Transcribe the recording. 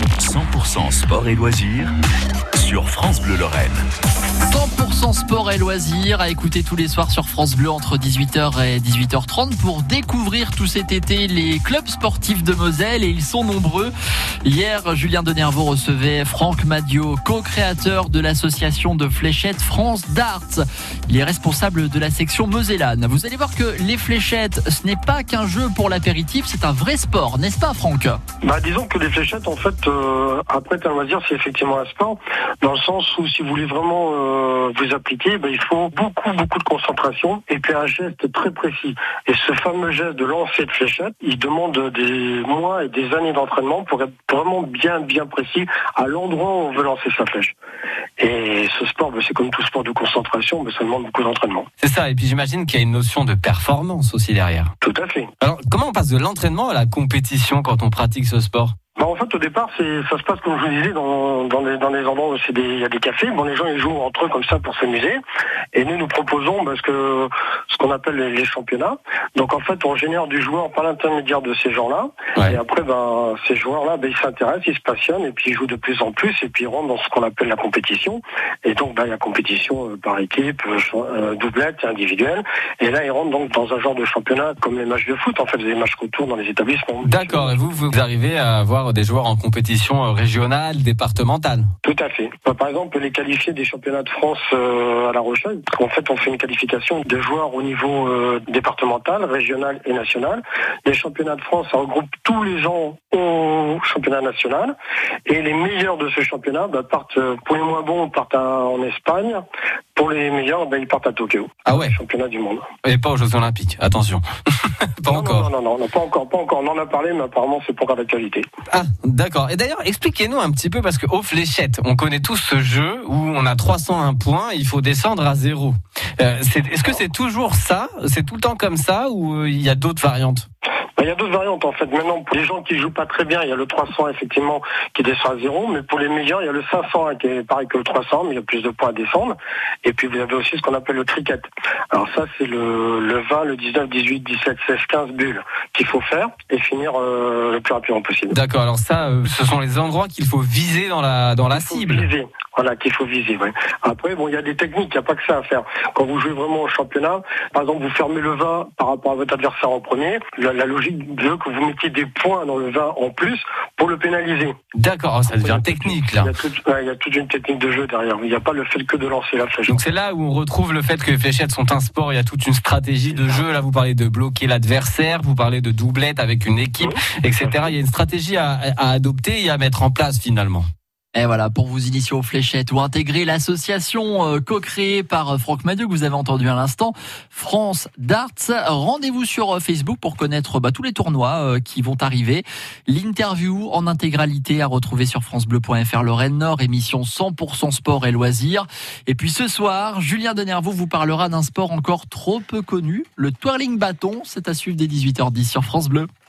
100% sport et loisirs sur France Bleu Lorraine. 100% sport et loisirs à écouter tous les soirs sur France Bleu entre 18h et 18h30 pour découvrir tout cet été les clubs sportifs de Moselle, et ils sont nombreux. Hier, Julien Denervaux recevait Franck Madiot, co-créateur de l'association de fléchettes France Darts. Il est responsable de la section mosellane. Vous allez voir que les fléchettes, ce n'est pas qu'un jeu pour l'apéritif, c'est un vrai sport, n'est-ce pas Franck ? Disons que les fléchettes, en fait, après un loisir, c'est effectivement un sport, dans le sens où si vous voulez vraiment vous appliquer, il faut beaucoup de concentration et puis un geste très précis. Et ce fameux geste de lancer de fléchette, il demande des mois et des années d'entraînement pour être vraiment bien précis à l'endroit où on veut lancer sa flèche. Et ce sport, c'est comme tout sport de concentration, ça demande beaucoup d'entraînement. C'est ça, et puis j'imagine qu'il y a une notion de performance aussi derrière. Tout à fait. Alors, comment on passe de l'entraînement à la compétition quand on pratique ce sport ? En fait, au départ, ça se passe comme je vous disais dans des endroits où il y a des cafés. Les gens ils jouent entre eux comme ça pour s'amuser. Et nous proposons ce qu'on appelle les championnats. Donc en fait, on génère du joueur par l'intermédiaire de ces gens-là. Ouais. Et après, ces joueurs-là, ils s'intéressent, ils se passionnent et puis ils jouent de plus en plus et puis ils rentrent dans ce qu'on appelle la compétition. Et donc, il y a compétition par équipe, doublette et individuelle. Et là, ils rentrent donc dans un genre de championnat comme les matchs de foot. En fait, des matchs retour dans les établissements. D'accord. Et vous arrivez à avoir des joueurs en compétition régionale, départementale. Tout à fait. Par exemple, les qualifiés des championnats de France à La Rochelle, en fait, on fait une qualification de joueurs au niveau départemental, régional et national. Les championnats de France, ça regroupe tous les gens au championnat national. Et les meilleurs de ce championnat partent, pour les moins bons, partent en Espagne. Pour les meilleurs, ils partent à Tokyo. Ah ouais. Championnat du monde. Et pas aux Jeux Olympiques, attention. Pas encore. Non, pas encore. On en a parlé, mais apparemment, c'est pas encore d'actualité. Ah, d'accord. Et d'ailleurs, expliquez-nous un petit peu, parce qu'aux fléchettes, on connaît tous ce jeu où on a 301 points, il faut descendre à 0. Est-ce que c'est toujours ça ? C'est tout le temps comme ça, ou il y a d'autres variantes ? Il y a d'autres variantes en fait. Maintenant, pour les gens qui jouent pas très bien, il y a le 300 effectivement qui descend à 0, mais pour les meilleurs, il y a le 501 qui est pareil que le 300, mais il y a plus de points à descendre. Et puis vous avez aussi ce qu'on appelle le cricket. Alors ça, c'est le 20, le 19, 18, 17, 16, 15 bulles qu'il faut faire et finir le plus rapidement possible. D'accord. Alors ça, ce sont les endroits qu'il faut viser dans la cible. Viser. Voilà, qu'il faut viser. Ouais. Après, il y a des techniques, il n'y a pas que ça à faire. Quand vous jouez vraiment au championnat, par exemple, vous fermez le 20 par rapport à votre adversaire en premier, la logique veut que vous mettiez des points dans le 20 en plus pour le pénaliser. D'accord, ça devient technique là. Il y a toute une technique de jeu derrière. Il n'y a pas le fait que de lancer la flèche. Donc c'est là où on retrouve le fait que les fléchettes sont un sport, il y a toute une stratégie de jeu. Là, vous parlez de bloquer l'adversaire, vous parlez de doublette avec une équipe, etc. Il y a une stratégie à adopter et à mettre en place finalement. Et voilà, pour vous initier aux fléchettes ou intégrer l'association co-créée par Franck Madiot que vous avez entendu à l'instant, France Darts, rendez-vous sur Facebook pour connaître tous les tournois qui vont arriver. L'interview en intégralité à retrouver sur francebleu.fr Lorraine Nord, émission 100% sport et loisirs. Et puis ce soir, Julien Denervaux vous parlera d'un sport encore trop peu connu, le twirling bâton. C'est à suivre dès 18h10 sur France Bleu.